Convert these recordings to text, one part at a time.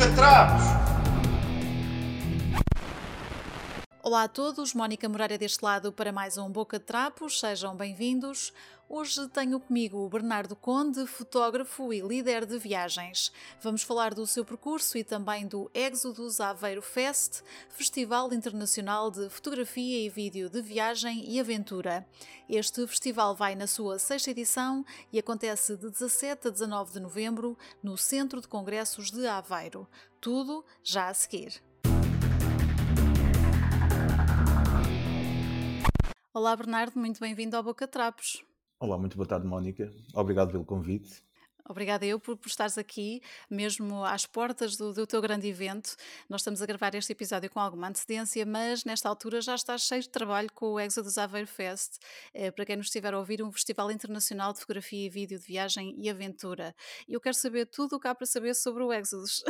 Boca-Trapos! Olá a todos, Mónica Moreira deste lado para mais um Boca de Trapos, sejam bem-vindos. Hoje tenho comigo o Bernardo Conde, fotógrafo e líder de viagens. Vamos falar do seu percurso e também do Exodus Aveiro Fest, Festival Internacional de Fotografia e Vídeo de Viagem e Aventura. Este festival vai na sua 6ª edição e acontece de 17 a 19 de novembro no Centro de Congressos de Aveiro. Tudo já a seguir. Olá Bernardo, muito bem-vindo ao Boca de Trapos. Olá, muito boa tarde, Mónica. Obrigado pelo convite. Obrigada eu por estares aqui, mesmo às portas do teu grande evento. Nós estamos a gravar este episódio com alguma antecedência, mas nesta altura já estás cheio de trabalho com o Exodus Aveiro Fest. Para quem nos estiver a ouvir, um festival internacional de fotografia e vídeo de viagem e aventura. Eu quero saber tudo o que há para saber sobre o Exodus.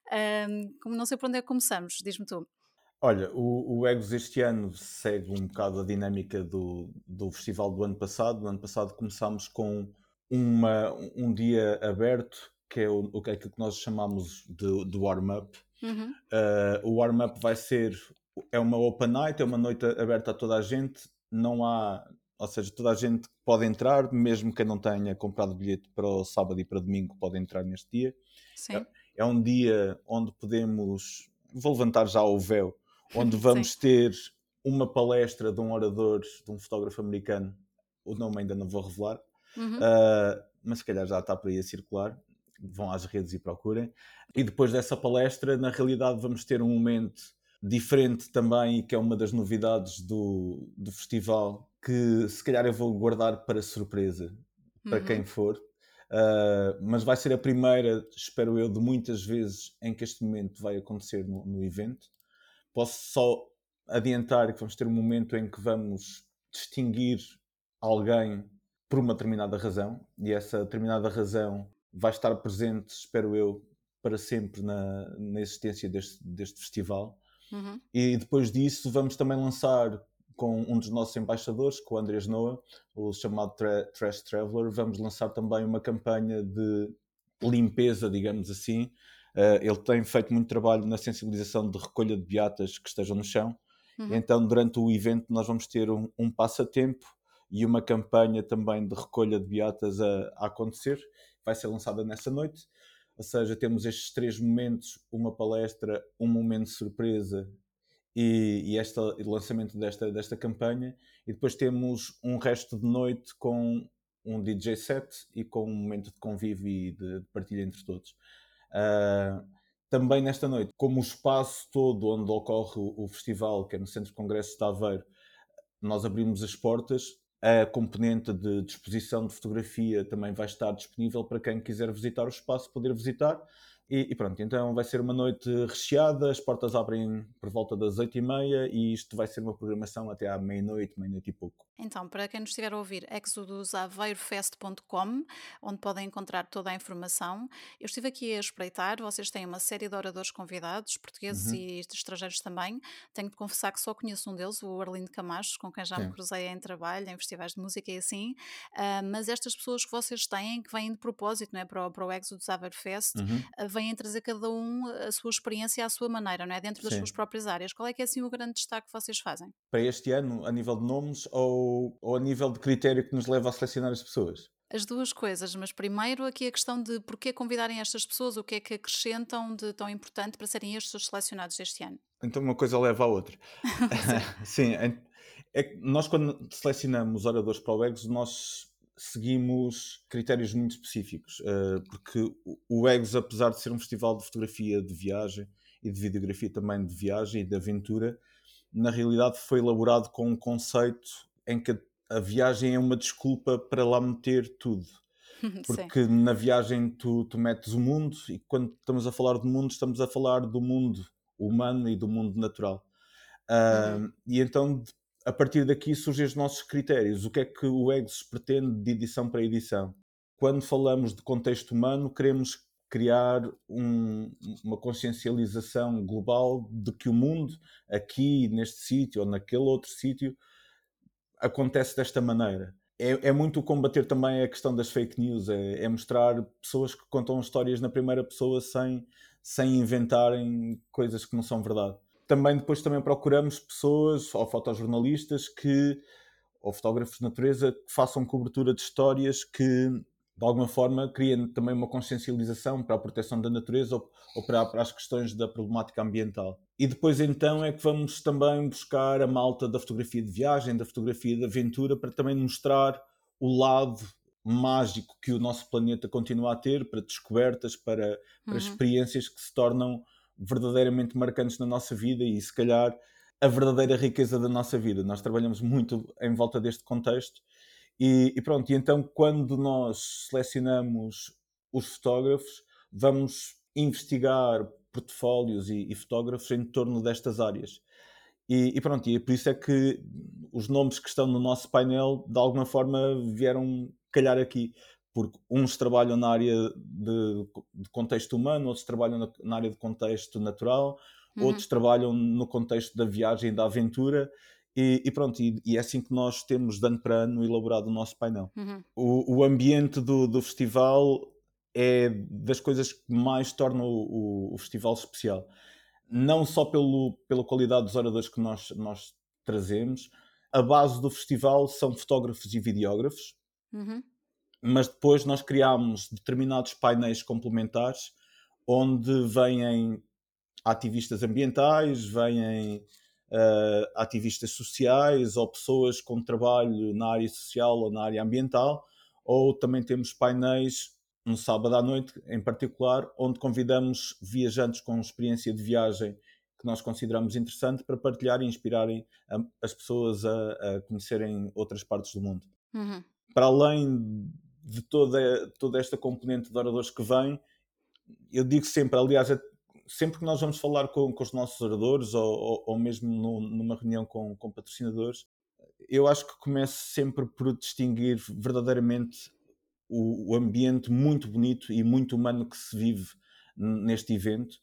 Como não sei por onde é que começamos, diz-me tu. Olha, o Egos este ano segue um bocado a dinâmica do festival do ano passado. No ano passado começámos com um dia aberto, que é aquilo que nós chamamos de warm-up. Uhum. O warm-up é uma open night, é uma noite aberta a toda a gente. Não há, ou seja, toda a gente pode entrar, mesmo quem não tenha comprado bilhete para o sábado e para domingo pode entrar neste dia. Sim. É um dia onde podemos, vou levantar já o véu, onde vamos ter uma palestra de um orador, de um fotógrafo americano. O nome ainda não vou revelar, mas se calhar já está por aí a circular. Vão às redes e procurem. E depois dessa palestra, na realidade, vamos ter um momento diferente também, que é uma das novidades do festival, que se calhar eu vou guardar para surpresa, para quem for. Mas vai ser a primeira, espero eu, de muitas vezes em que este momento vai acontecer no evento. Posso só adiantar que vamos ter um momento em que vamos distinguir alguém por uma determinada razão, e essa determinada razão vai estar presente, espero eu, para sempre na existência deste festival. Uhum. E depois disso vamos também lançar com um dos nossos embaixadores, com o Andrés Noa, o chamado Trash Traveler, vamos lançar também uma campanha de limpeza, digamos assim. Ele tem feito muito trabalho na sensibilização de recolha de beatas que estejam no chão. Uhum. Então, durante o evento, nós vamos ter um passatempo e uma campanha também de recolha de beatas a acontecer. Vai ser lançada nessa noite. Ou seja, temos estes 3 momentos, uma palestra, um momento de surpresa e o lançamento desta campanha. E depois temos um resto de noite com um DJ set e com um momento de convívio e de partilha entre todos. Também nesta noite, como o espaço todo onde ocorre o festival, que é no Centro de Congressos de Aveiro, nós abrimos as portas. A componente de disposição de fotografia também vai estar disponível para quem quiser visitar o espaço, poder visitar. E pronto, então vai ser uma noite recheada, as portas abrem por volta das 8h30 e isto vai ser uma programação até à meia-noite e pouco. Então, para quem nos estiver a ouvir, exodusaveirofest.com, onde podem encontrar toda a informação. Eu estive aqui a espreitar, vocês têm uma série de oradores convidados, portugueses e estrangeiros também. Tenho de confessar que só conheço um deles, o Arlindo Camacho, com quem já me cruzei em trabalho, em festivais de música e assim. Mas estas pessoas que vocês têm, que vêm de propósito, não é, para o Exodus Aveiro Fest, vêm trazer cada um a sua experiência à sua maneira, não é? Dentro das suas próprias áreas. Qual é que é assim o grande destaque que vocês fazem? Para este ano, a nível de nomes ou a nível de critério que nos leva a selecionar as pessoas? As duas coisas, mas primeiro aqui a questão de porquê convidarem estas pessoas, o que é que acrescentam de tão importante para serem estes os selecionados este ano? Então uma coisa leva à outra. Sim, é que nós quando selecionamos oradores para o EGS, nós seguimos critérios muito específicos, porque o EGS, apesar de ser um festival de fotografia de viagem e de videografia também de viagem e de aventura, na realidade foi elaborado com um conceito em que a viagem é uma desculpa para lá meter tudo. Porque na viagem tu metes o mundo, e quando estamos a falar do mundo, estamos a falar do mundo humano e do mundo natural. E então, a partir daqui surgem os nossos critérios. O que é que o EGS pretende de edição para edição? Quando falamos de contexto humano, queremos criar uma consciencialização global de que o mundo, aqui neste sítio ou naquele outro sítio, acontece desta maneira. É muito combater também a questão das fake news, é mostrar pessoas que contam histórias na primeira pessoa sem inventarem coisas que não são verdade. Também depois também procuramos pessoas ou fotojornalistas ou fotógrafos de natureza que façam cobertura de histórias que de alguma forma criem também uma consciencialização para a proteção da natureza ou para as questões da problemática ambiental. E depois então é que vamos também buscar a malta da fotografia de viagem, da fotografia de aventura, para também mostrar o lado mágico que o nosso planeta continua a ter, para descobertas, para Uhum. experiências que se tornam verdadeiramente marcantes na nossa vida e se calhar a verdadeira riqueza da nossa vida. Nós trabalhamos muito em volta deste contexto e pronto, e então quando nós selecionamos os fotógrafos, vamos investigar portfólios e fotógrafos em torno destas áreas. E pronto, e é por isso é que os nomes que estão no nosso painel de alguma forma vieram calhar aqui, porque uns trabalham na área de contexto humano, outros trabalham na área de contexto natural, Uhum. outros trabalham no contexto da viagem e da aventura, e pronto, e é assim que nós temos de ano para ano elaborado o nosso painel. Uhum. O ambiente do festival é das coisas que mais tornam o festival especial. Não só pela qualidade dos oradores que nós trazemos, a base do festival são fotógrafos e videógrafos, Uhum. mas depois nós criámos determinados painéis complementares onde vêm ativistas ambientais, vêm ativistas sociais ou pessoas com trabalho na área social ou na área ambiental, ou também temos painéis no sábado à noite, em particular, onde convidamos viajantes com experiência de viagem que nós consideramos interessante para partilhar e inspirarem as pessoas a conhecerem outras partes do mundo. Uhum. Para além de toda esta componente de oradores que vem, eu digo sempre, aliás, sempre que nós vamos falar com os nossos oradores ou mesmo numa reunião com patrocinadores, eu acho que começo sempre por distinguir verdadeiramente o ambiente muito bonito e muito humano que se vive neste evento.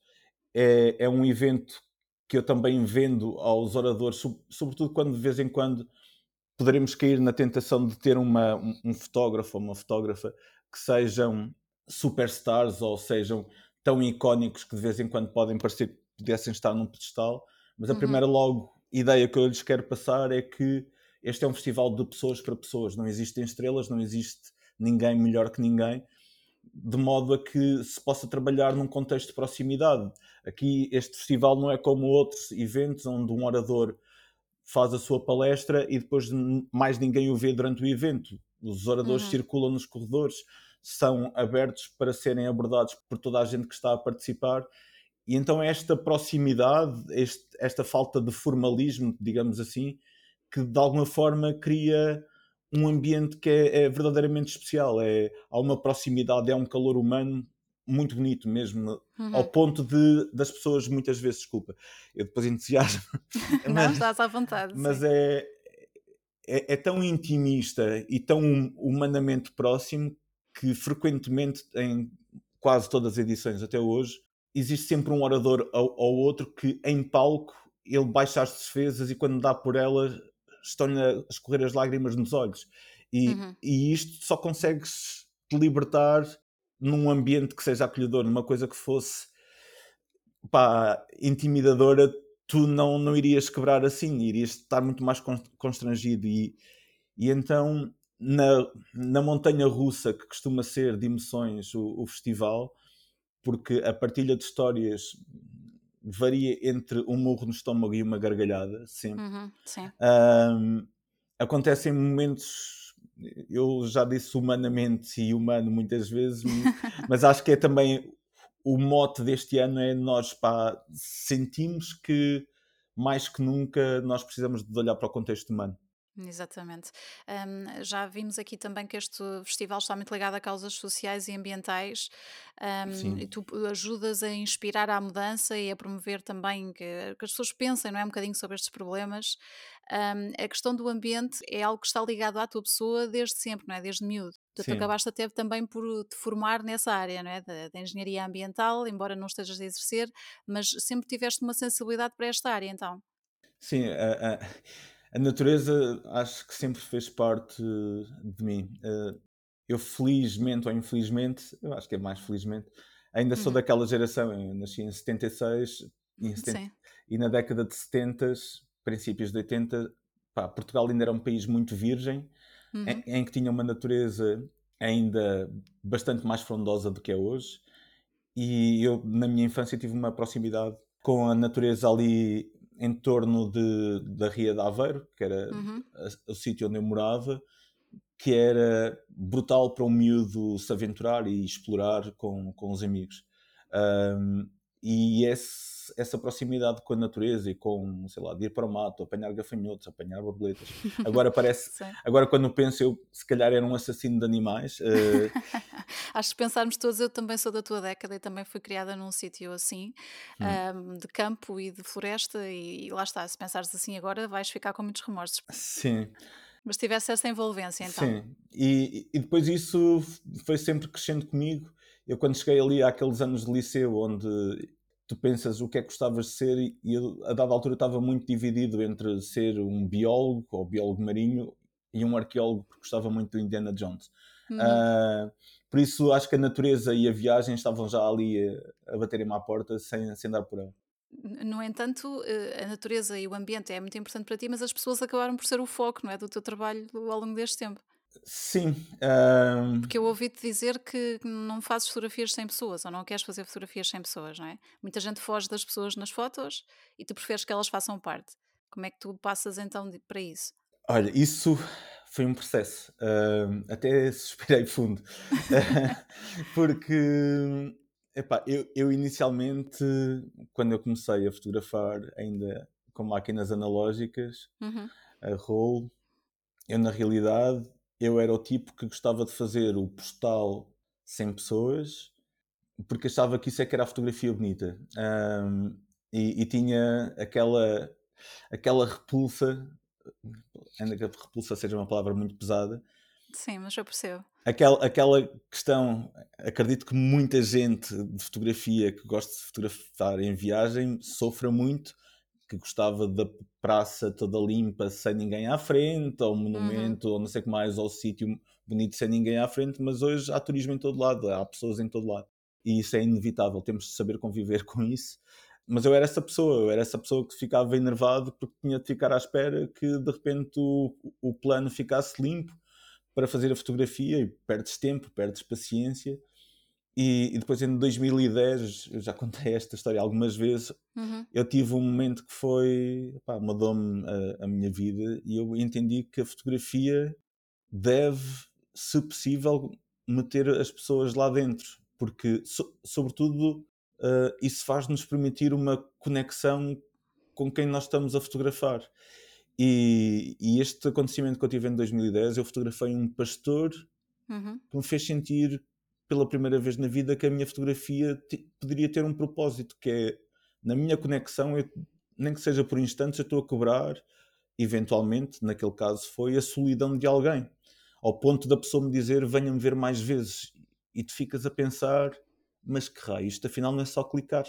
É um evento que eu também vendo aos oradores, sobretudo quando de vez em quando poderemos cair na tentação de ter um fotógrafo ou uma fotógrafa que sejam superstars ou sejam tão icónicos que de vez em quando podem parecer que pudessem estar num pedestal, mas a Uhum. primeira logo ideia que eu lhes quero passar é que este é um festival de pessoas para pessoas, não existem estrelas, não existe ninguém melhor que ninguém, de modo a que se possa trabalhar num contexto de proximidade. Aqui este festival não é como outros eventos onde um orador faz a sua palestra e depois mais ninguém o vê durante o evento. Os oradores Uhum. circulam nos corredores, são abertos para serem abordados por toda a gente que está a participar. E então esta proximidade, esta falta de formalismo, digamos assim, que de alguma forma cria um ambiente que é verdadeiramente especial. Há uma proximidade, é um calor humano muito bonito mesmo, ao Uhum. ponto das pessoas muitas vezes, desculpa, eu depois entusiasmo, Não, mas, estás à vontade, mas sim. é tão intimista e tão humanamente próximo que frequentemente em quase todas as edições até hoje existe sempre um orador ou outro que em palco ele baixa as defesas e quando dá por elas estão-lhe a escorrer as lágrimas nos olhos Uhum. e isto só consegues te libertar num ambiente que seja acolhedor, numa coisa que fosse intimidadora, tu não irias quebrar assim, irias estar muito mais constrangido e então na montanha russa que costuma ser de emoções o festival, porque a partilha de histórias varia entre um murro no estômago e uma gargalhada, sempre. Uhum. Sim. Ahm, Acontecem momentos, eu já disse humanamente e humano muitas vezes, mas acho que é também o mote deste ano é nós sentimos que mais que nunca nós precisamos de olhar para o contexto humano. Exatamente. Já vimos aqui também que este festival está muito ligado a causas sociais e ambientais, e Sim, tu ajudas a inspirar a mudança e a promover também que as pessoas pensem, não é, um bocadinho sobre estes problemas. A questão do ambiente é algo que está ligado à tua pessoa desde sempre, não é? Desde miúdo. Tu sim. acabaste até também por te formar nessa área, não é? Da engenharia ambiental, embora não estejas a exercer, mas sempre tiveste uma sensibilidade para esta área, então. Sim, a natureza acho que sempre fez parte de mim. Eu felizmente ou infelizmente, eu acho que é mais felizmente, Ainda sou Uhum. daquela geração, eu nasci em 76 e, em 70 Sim. e na década de 70, princípios de 80, pá, Portugal ainda era um país muito virgem, Uhum. em que tinha uma natureza ainda bastante mais frondosa do que é hoje. E eu, na minha infância, tive uma proximidade com a natureza ali em torno da Ria de Aveiro, que era Uhum. o sítio onde eu morava, que era brutal para um miúdo se aventurar e explorar com os amigos. Um, e essa proximidade com a natureza e com, sei lá, de ir para o mato, apanhar gafanhotos, apanhar borboletas. Agora parece, Sim. agora quando penso, eu se calhar era um assassino de animais. Acho que pensarmos todos, eu também sou da tua década e também fui criada num sítio assim, Hum, de campo e de floresta, e lá está, se pensares assim agora vais ficar com muitos remorsos. sim. Mas tivesse essa envolvência então. Sim, e depois isso foi sempre crescendo comigo. Eu, quando cheguei ali àqueles anos de liceu, onde tu pensas o que é que gostavas de ser, e eu, a dada altura, estava muito dividido entre ser um biólogo ou biólogo marinho e um arqueólogo, porque gostava muito do Indiana Jones. Uhum. Ah, por isso, acho que a natureza e a viagem estavam já ali a baterem-me à porta sem dar por ela. No entanto, a natureza e o ambiente é muito importante para ti, mas as pessoas acabaram por ser o foco, não é, do teu trabalho ao longo deste tempo. Sim, Porque eu ouvi-te dizer que não fazes fotografias sem pessoas, ou não queres fazer fotografias sem pessoas, não é? Muita gente foge das pessoas nas fotos e tu preferes que elas façam parte. Como é que tu passas então para isso? olha, isso foi um processo. Até suspirei fundo. Porque, epá, eu inicialmente, quando eu comecei a fotografar ainda com máquinas analógicas, Uhum. a roll, eu na realidade, eu era o tipo que gostava de fazer o postal sem pessoas, porque achava que isso é que era a fotografia bonita. E tinha aquela repulsa, ainda que a repulsa seja uma palavra muito pesada, Sim, mas eu percebo. aquela questão, acredito que muita gente de fotografia que gosta de fotografar em viagem sofra muito, que gostava da praça toda limpa sem ninguém à frente, ou Uhum. monumento, ou não sei o que mais, ou sítio bonito sem ninguém à frente, mas hoje há turismo em todo lado, há pessoas em todo lado. E isso é inevitável, temos de saber conviver com isso. Mas eu era essa pessoa que ficava enervado porque tinha de ficar à espera que de repente o plano ficasse limpo para fazer a fotografia e perdes tempo, perdes paciência. E depois em 2010, eu já contei esta história algumas vezes, Uhum. eu tive um momento que foi, pá, mudou-me a minha vida e eu entendi que a fotografia deve, se possível, meter as pessoas lá dentro, porque, sobretudo, isso faz-nos permitir uma conexão com quem nós estamos a fotografar. E este acontecimento que eu tive em 2010, eu fotografei um pastor Uhum. que me fez sentir pela primeira vez na vida que a minha fotografia poderia ter um propósito, que é na minha conexão, nem que seja por instantes, eu estou a cobrar, eventualmente, naquele caso foi a solidão de alguém, ao ponto da pessoa me dizer venha-me ver mais vezes, e tu ficas a pensar, mas que raio, isto afinal não é só clicar.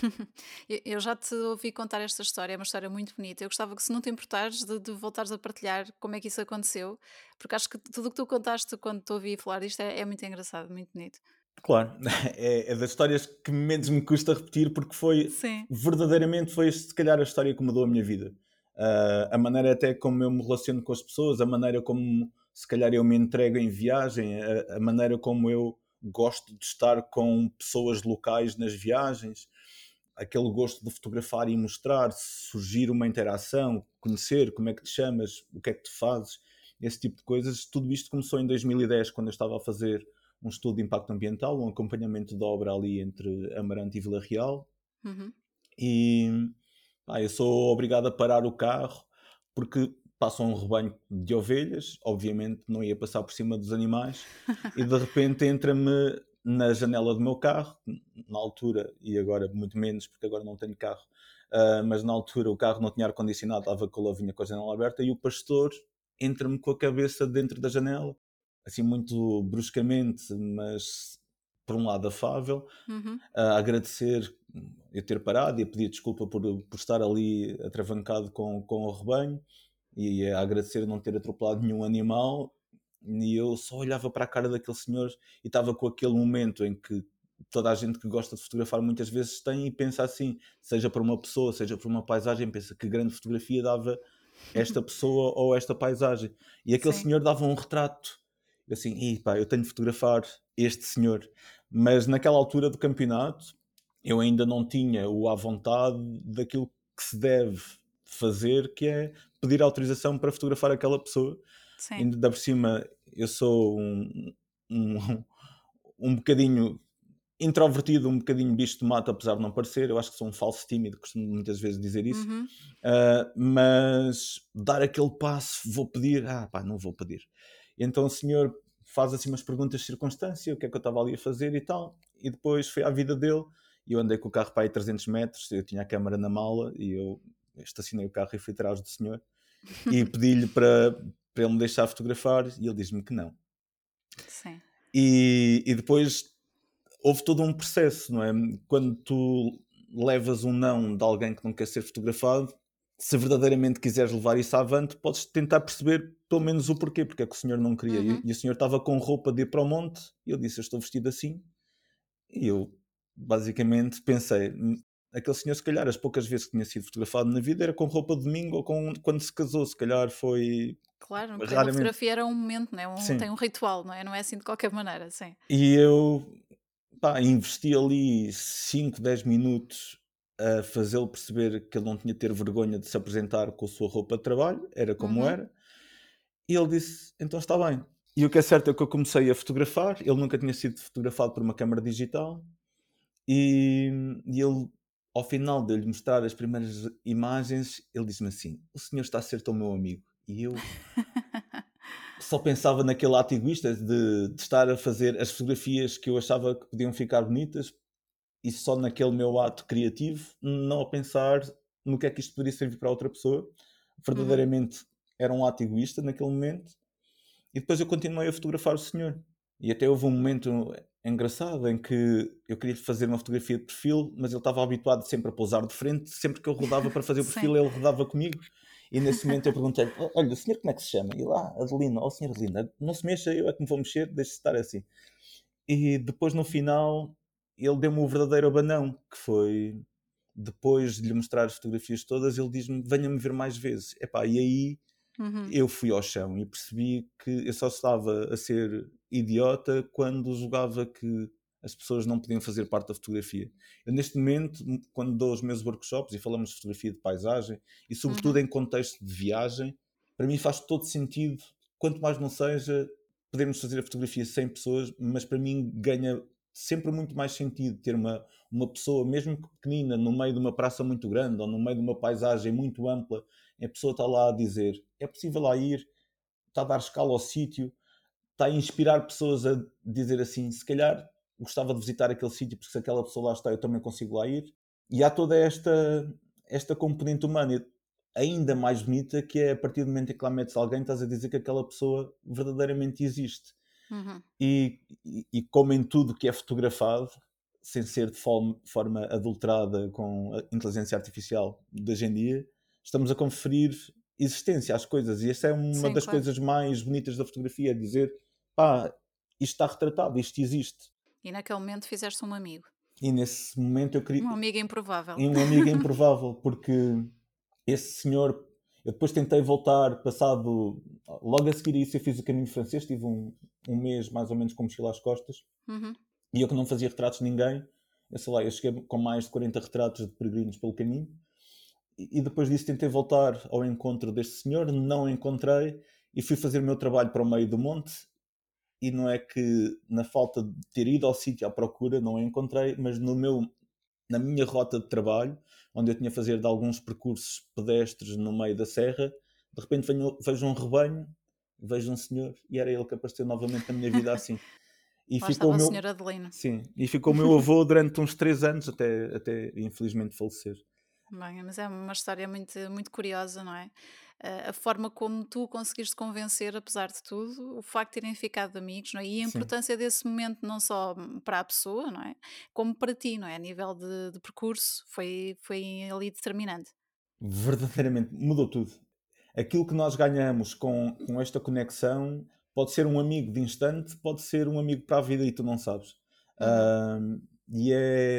Eu já te ouvi contar esta história, é uma história muito bonita. Eu gostava que, se não te importares, de voltares a partilhar como é que isso aconteceu, porque acho que tudo o que tu contaste quando te ouvi falar disto é muito engraçado, muito bonito. Claro, é das histórias que menos me custa repetir porque Sim. verdadeiramente foi se calhar a história que mudou a minha vida. A maneira até como eu me relaciono com as pessoas, a maneira como se calhar eu me entrego em viagem, a maneira como eu gosto de estar com pessoas locais nas viagens, aquele gosto de fotografar e mostrar, surgir uma interação, conhecer como é que te chamas, o que é que tu fazes, esse tipo de coisas. Tudo isto começou em 2010, quando eu estava a fazer um estudo de impacto ambiental, um acompanhamento de obra ali entre Amarante e Vila Real, Uhum. e eu sou obrigado a parar o carro porque passa um rebanho de ovelhas, obviamente não ia passar por cima dos animais, e de repente entra-me na janela do meu carro, na altura, e agora muito menos, porque agora não tenho carro, mas na altura o carro não tinha ar-condicionado, estava com a vinha com a janela aberta, e o pastor entra-me com a cabeça dentro da janela, assim muito bruscamente, mas por um lado afável, Uhum. a agradecer eu ter parado e a pedir desculpa por estar ali atravancado com o rebanho e a agradecer não ter atropelado nenhum animal. E eu só olhava para a cara daquele senhor e estava com aquele momento em que toda a gente que gosta de fotografar muitas vezes tem e pensa assim, seja para uma pessoa, seja para uma paisagem, pensa que grande fotografia dava esta pessoa ou esta paisagem. E aquele Sim. senhor dava um retrato. Eu assim, pá, eu tenho de fotografar este senhor. Mas naquela altura do campeonato, eu ainda não tinha o à vontade daquilo que se deve fazer, que é pedir autorização para fotografar aquela pessoa. Sim. Ainda por cima, eu sou um, um bocadinho introvertido, um bocadinho bicho de mato, apesar de não parecer. Eu acho que sou um falso tímido, costumo muitas vezes dizer isso. Uhum. Mas dar aquele passo, vou pedir, pá, não vou pedir. Então o senhor faz assim umas perguntas de circunstância, o que é que eu estava ali a fazer e tal, e depois foi à vida dele, e eu andei com o carro para aí 300 metros, eu tinha a câmara na mala, e eu estacionei o carro e fui atrás do senhor, e pedi-lhe para ele me deixar fotografar, e ele diz-me que não. Sim. E depois houve todo um processo, não é? Quando tu levas um não de alguém que não quer ser fotografado, se verdadeiramente quiseres levar isso avante, podes tentar perceber pelo menos o porquê, porque é que o senhor não queria. E, Uhum. e o senhor estava com roupa de ir para o monte, e eu disse, eu estou vestido assim, e eu basicamente pensei, aquele senhor se calhar as poucas vezes que tinha sido fotografado na vida era com roupa de domingo ou quando se casou, se calhar foi Claro, para ele a raramente. fotografia era um momento, né? Tem Sim. um ritual, não é? Não é assim de qualquer maneira, sim. E eu, pá, investi ali 5 10 minutos a fazê-lo perceber que ele não tinha de ter vergonha de se apresentar com a sua roupa de trabalho, era como Uhum. era, e ele disse, então está bem. E o que é certo é que eu comecei a fotografar, ele nunca tinha sido fotografado por uma câmara digital, e, e ele, ao final de lhe mostrar as primeiras imagens, ele disse-me assim, o senhor está a ser tão meu amigo. E eu só pensava naquele ato egoísta de estar a fazer as fotografias que eu achava que podiam ficar bonitas, e só naquele meu ato criativo, não a pensar no que é que isto poderia servir para outra pessoa. Uhum. Verdadeiramente era um ato egoísta naquele momento. E depois eu continuei a fotografar o senhor. E até houve um momento engraçado em que eu queria fazer uma fotografia de perfil, mas ele estava habituado sempre a pousar de frente. Sempre que eu rodava para fazer o Sim. perfil, ele rodava comigo. E nesse momento eu perguntei-lhe: olha, o senhor como é que se chama? E lá, Adelina, oh senhor Adelina, não se mexa, eu é que me vou mexer, deixe-se estar assim. E depois no final ele deu-me o verdadeiro abanão, que foi depois de lhe mostrar as fotografias todas, ele diz-me: venha-me ver mais vezes. Epá, e aí Uhum. eu fui ao chão e percebi que eu só estava a ser idiota quando julgava que as pessoas não podiam fazer parte da fotografia. Eu, neste momento, quando dou os meus workshops e falamos de fotografia de paisagem e, sobretudo, Uhum. em contexto de viagem, para mim faz todo sentido, quanto mais não seja, podermos fazer a fotografia sem pessoas, mas para mim ganha sempre muito mais sentido ter uma pessoa, mesmo que pequenina, no meio de uma praça muito grande ou no meio de uma paisagem muito ampla, a pessoa está lá a dizer, é possível lá ir, está a dar escala ao sítio, está a inspirar pessoas a dizer assim, se calhar gostava de visitar aquele sítio, porque se aquela pessoa lá está, eu também consigo lá ir. E há toda esta componente humana ainda mais bonita, que é a partir do momento em que lá metes alguém, estás a dizer que aquela pessoa verdadeiramente existe. Uhum. E como em tudo que é fotografado, sem ser de forma adulterada com a inteligência artificial de hoje em dia, estamos a conferir existência às coisas. E essa é uma Sim, das claro. coisas mais bonitas da fotografia, é dizer, pá, isto está retratado, isto existe. E naquele momento fizeste um amigo. E nesse momento eu queria. Um amigo improvável. E um amigo é improvável, porque esse senhor. Eu depois tentei voltar, passado. Logo a seguir a isso, eu fiz o caminho francês, tive um mês mais ou menos com mochila às costas. Uhum. E eu que não fazia retratos de ninguém, eu sei lá, eu cheguei com mais de 40 retratos de peregrinos pelo caminho. E depois disso tentei voltar ao encontro deste senhor, não encontrei, e fui fazer o meu trabalho para o meio do monte. E não é que na falta de ter ido ao sítio à procura, não a encontrei, mas na minha rota de trabalho, onde eu tinha a fazer de alguns percursos pedestres no meio da serra, de repente vejo um rebanho, vejo um senhor, e era ele que apareceu novamente na minha vida assim. E Lá ficou o estava o meu, senhor Adelino. sim, e ficou o meu avô durante uns 3 anos, até infelizmente falecer. Bem, mas é uma história muito, muito curiosa, não é? A forma como tu conseguiste convencer, apesar de tudo, o facto de terem ficado amigos, não é? E a Sim, importância desse momento não só para a pessoa, não é? Como para ti, não é? A nível de percurso, foi ali determinante. verdadeiramente mudou tudo. Aquilo que nós ganhamos com esta conexão pode ser um amigo de instante, pode ser um amigo para a vida e tu não sabes. Uhum. E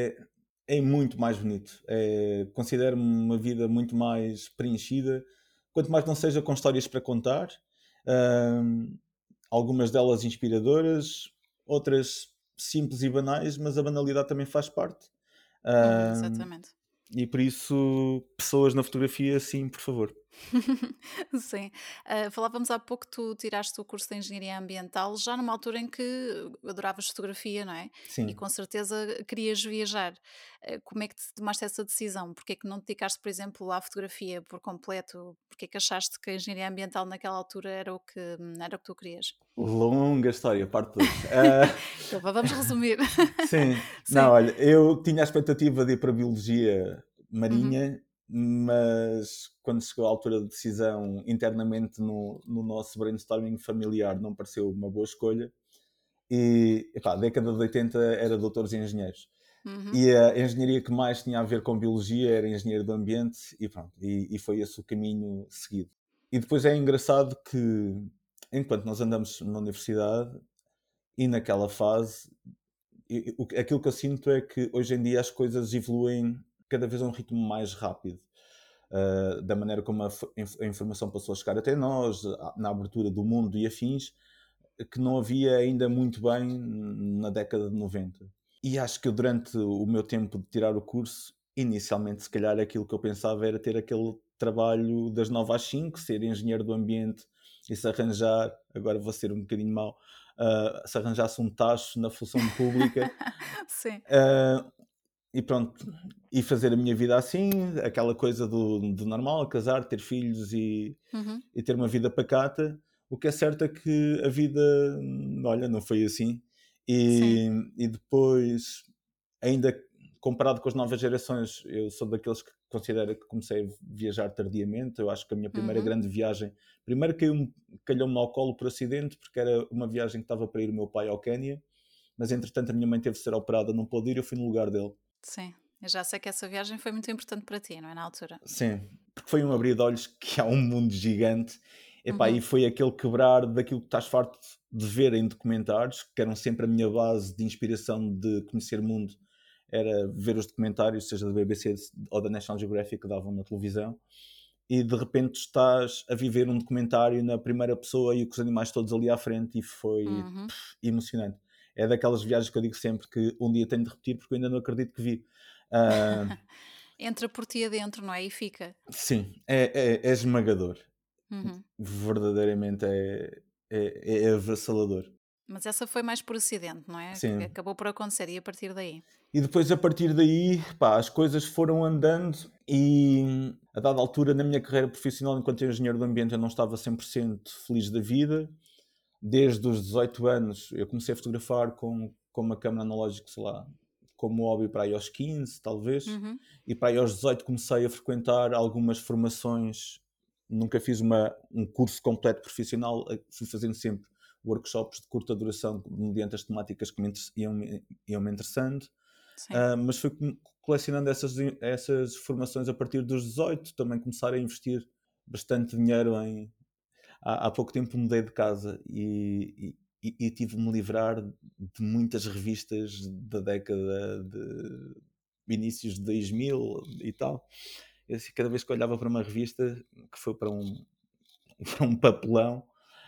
é muito mais bonito. Considero-me uma vida muito mais preenchida, quanto mais não seja com histórias para contar, ahm, algumas delas inspiradoras, outras simples e banais, mas a banalidade também faz parte. Ahm, Exatamente. e por isso, pessoas na fotografia, sim, por favor. Sim. Falávamos há pouco que tu tiraste o curso de Engenharia Ambiental já numa altura em que adoravas fotografia, não é? E Sim. com certeza querias viajar. Como é que tomaste essa decisão? Porque é que não te dedicaste, por exemplo, à fotografia por completo? Porque é que achaste que a Engenharia Ambiental naquela altura era o que tu querias? Longa história, parte 2. Então, vamos resumir. Sim. Não, Sim. olha, eu tinha a expectativa de ir para a Biologia Uhum. Marinha, mas quando chegou à altura de decisão internamente no nosso brainstorming familiar não pareceu uma boa escolha. E, epá, a década de 80 era doutores e engenheiros. Uhum. E a engenharia que mais tinha a ver com biologia era engenheiro do ambiente e pronto, e foi esse o caminho seguido. E depois é engraçado que, enquanto nós andamos na universidade e naquela fase, aquilo que eu sinto é que hoje em dia as coisas evoluem cada vez a um ritmo mais rápido. Da maneira como a informação passou a chegar até nós, na abertura do mundo e afins, que não havia ainda muito bem na década de 90. E acho que eu, durante o meu tempo de tirar o curso, inicialmente, se calhar, aquilo que eu pensava era ter aquele trabalho das 9 às 5, ser engenheiro do ambiente e se arranjar, agora vou ser um bocadinho mau, se arranjasse um tacho na função pública, Sim. uh, e pronto, e fazer a minha vida assim, aquela coisa do normal, casar, ter filhos Uhum. e ter uma vida pacata. O que é certo é que a vida, olha, não foi assim. Sim. E depois, ainda comparado com as novas gerações, eu sou daqueles que considera que comecei a viajar tardiamente. Eu acho que a minha primeira Uhum. grande viagem, primeiro calhou-me ao colo por acidente, porque era uma viagem que estava para ir o meu pai ao Quénia, mas entretanto a minha mãe teve de ser operada, não pôde ir, eu fui no lugar dele. Sim. Eu já sei que essa viagem foi muito importante para ti, não é? Na altura. Sim, porque foi um abrir de olhos que há um mundo gigante. Epá, e Uhum. foi aquele quebrar daquilo que estás farto de ver em documentários, que eram sempre a minha base de inspiração de conhecer o mundo, era ver os documentários, seja da BBC ou da National Geographic que davam na televisão, e de repente estás a viver um documentário na primeira pessoa e com os animais todos ali à frente e foi Uhum. emocionante. É daquelas viagens que eu digo sempre que um dia tenho de repetir porque eu ainda não acredito que vi. Ah, Entra por ti adentro, não é? E fica. sim, é esmagador. Uhum. Verdadeiramente é avassalador. Mas essa foi mais por acidente, não é? Que Sim. acabou por acontecer e a partir daí. E depois, a partir daí, pá, as coisas foram andando e a dada altura na minha carreira profissional enquanto engenheiro do ambiente eu não estava 100% feliz da vida. Desde os 18 anos eu comecei a fotografar com uma câmera analógica, sei lá, como hobby para aí aos 15, talvez. Uhum. E para aí aos 18 comecei a frequentar algumas formações. Nunca fiz um curso completo profissional, fui fazendo sempre workshops de curta duração mediante as temáticas que iam me interessando. Sim. Mas fui colecionando essas formações a partir dos 18, também começar a investir bastante dinheiro há pouco tempo mudei de casa e tive de me livrar de muitas revistas da década de inícios de 2000 e tal. Eu, assim, cada vez que olhava para uma revista, que foi para para um papelão,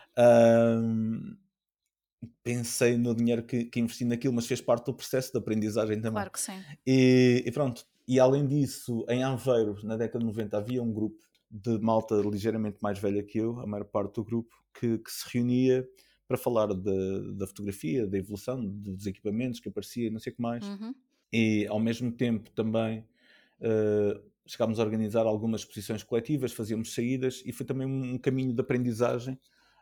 hum, pensei no dinheiro que investi naquilo, mas fez parte do processo de aprendizagem também. Claro que sim. E pronto, e além disso, em Aveiro, na década de 90, havia um grupo de malta ligeiramente mais velha que eu, a maior parte do grupo, que se reunia para falar da fotografia, da evolução, dos equipamentos que aparecia e não sei o que mais. Uhum. E ao mesmo tempo também chegámos a organizar algumas exposições coletivas, fazíamos saídas e foi também um caminho de aprendizagem,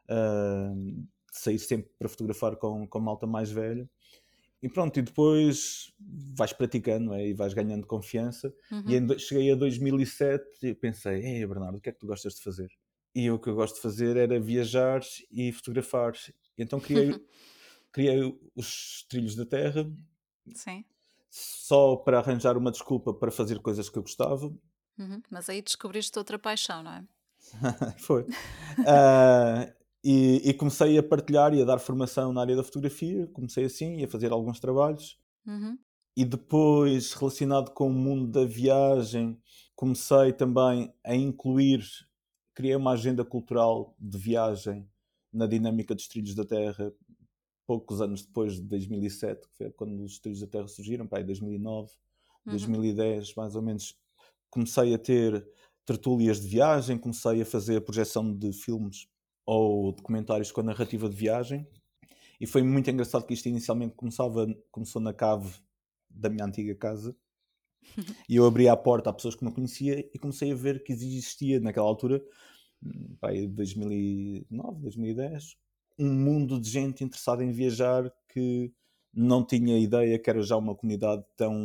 de sair sempre para fotografar com malta mais velha. E pronto, e depois vais praticando, não é? E vais ganhando confiança. E Uhum. cheguei a 2007 e pensei, ei Bernardo, o que é que tu gostas de fazer? E o que eu gosto de fazer era viajar e fotografar. Então criei os Trilhos da Terra Sim. só para arranjar uma desculpa para fazer coisas que eu gostava. Uhum. Mas aí descobriste outra paixão, não é? Foi. Ah, E comecei a partilhar e a dar formação na área da fotografia, comecei assim, a fazer alguns trabalhos. Uhum. E depois, relacionado com o mundo da viagem, comecei também a incluir, criei uma agenda cultural de viagem na dinâmica dos Trilhos da Terra, poucos anos depois de 2007, que foi quando os Trilhos da Terra surgiram, para aí 2009, Uhum. 2010, mais ou menos. Comecei a ter tertúlias de viagem, comecei a fazer a projeção de filmes ou documentários com a narrativa de viagem. E foi muito engraçado que isto inicialmente começou na cave da minha antiga casa, e eu abri a porta a pessoas que não conhecia e comecei a ver que existia naquela altura, pá, em 2009, 2010, um mundo de gente interessada em viajar que não tinha ideia que era já uma comunidade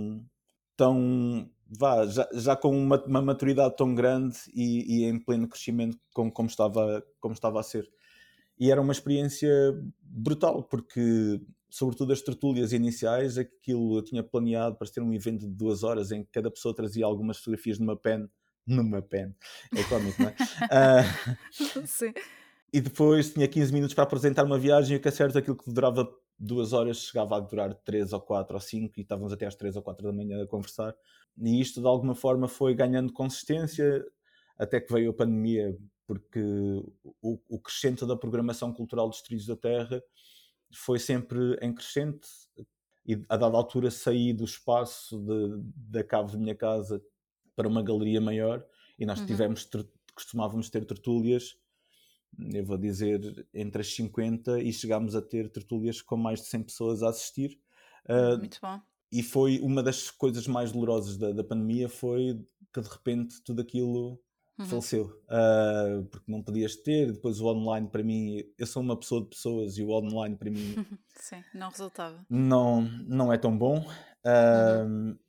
já com uma maturidade tão grande e em pleno crescimento como estava a ser. E era uma experiência brutal, porque, sobretudo as tertúlias iniciais, aquilo eu tinha planeado para ter um evento de 2 horas em que cada pessoa trazia algumas fotografias numa pen, é cómico, não é? Ah, Sim. e depois tinha 15 minutos para apresentar uma viagem, e o que é certo, aquilo que durava 2 horas chegava a durar 3 ou 4 ou 5, e estávamos até às 3 ou 4 da manhã a conversar. E isto de alguma forma foi ganhando consistência até que veio a pandemia, porque o crescente da programação cultural dos Trilhos da Terra foi sempre em crescente, e a dada altura saí do espaço da cave da minha casa para uma galeria maior, e nós Uhum. costumávamos ter tertúlias, eu vou dizer, entre as 50, e chegámos a ter tertúlias com mais de 100 pessoas a assistir. Uh, Muito bom. e foi uma das coisas mais dolorosas da pandemia, foi que de repente tudo aquilo Uhum. faleceu. Porque não podias ter, depois o online para mim, eu sou uma pessoa de pessoas, e o online para mim Sim, não resultava. não é tão bom. Uhum.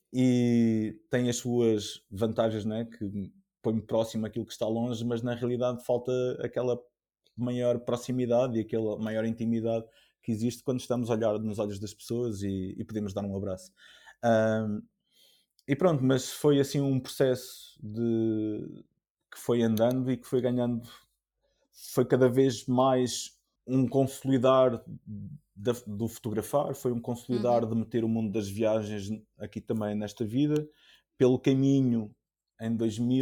E tem as suas vantagens, não é? Que põe-me próximo àquilo que está longe, mas na realidade falta aquela maior proximidade e aquela maior intimidade que existe quando estamos a olhar nos olhos das pessoas e podemos dar um abraço. Ahm, e pronto, mas foi assim um processo que foi andando e que foi ganhando, foi cada vez mais um consolidar do fotografar, foi um consolidar Uhum. de meter o mundo das viagens aqui também nesta vida. Pelo caminho, em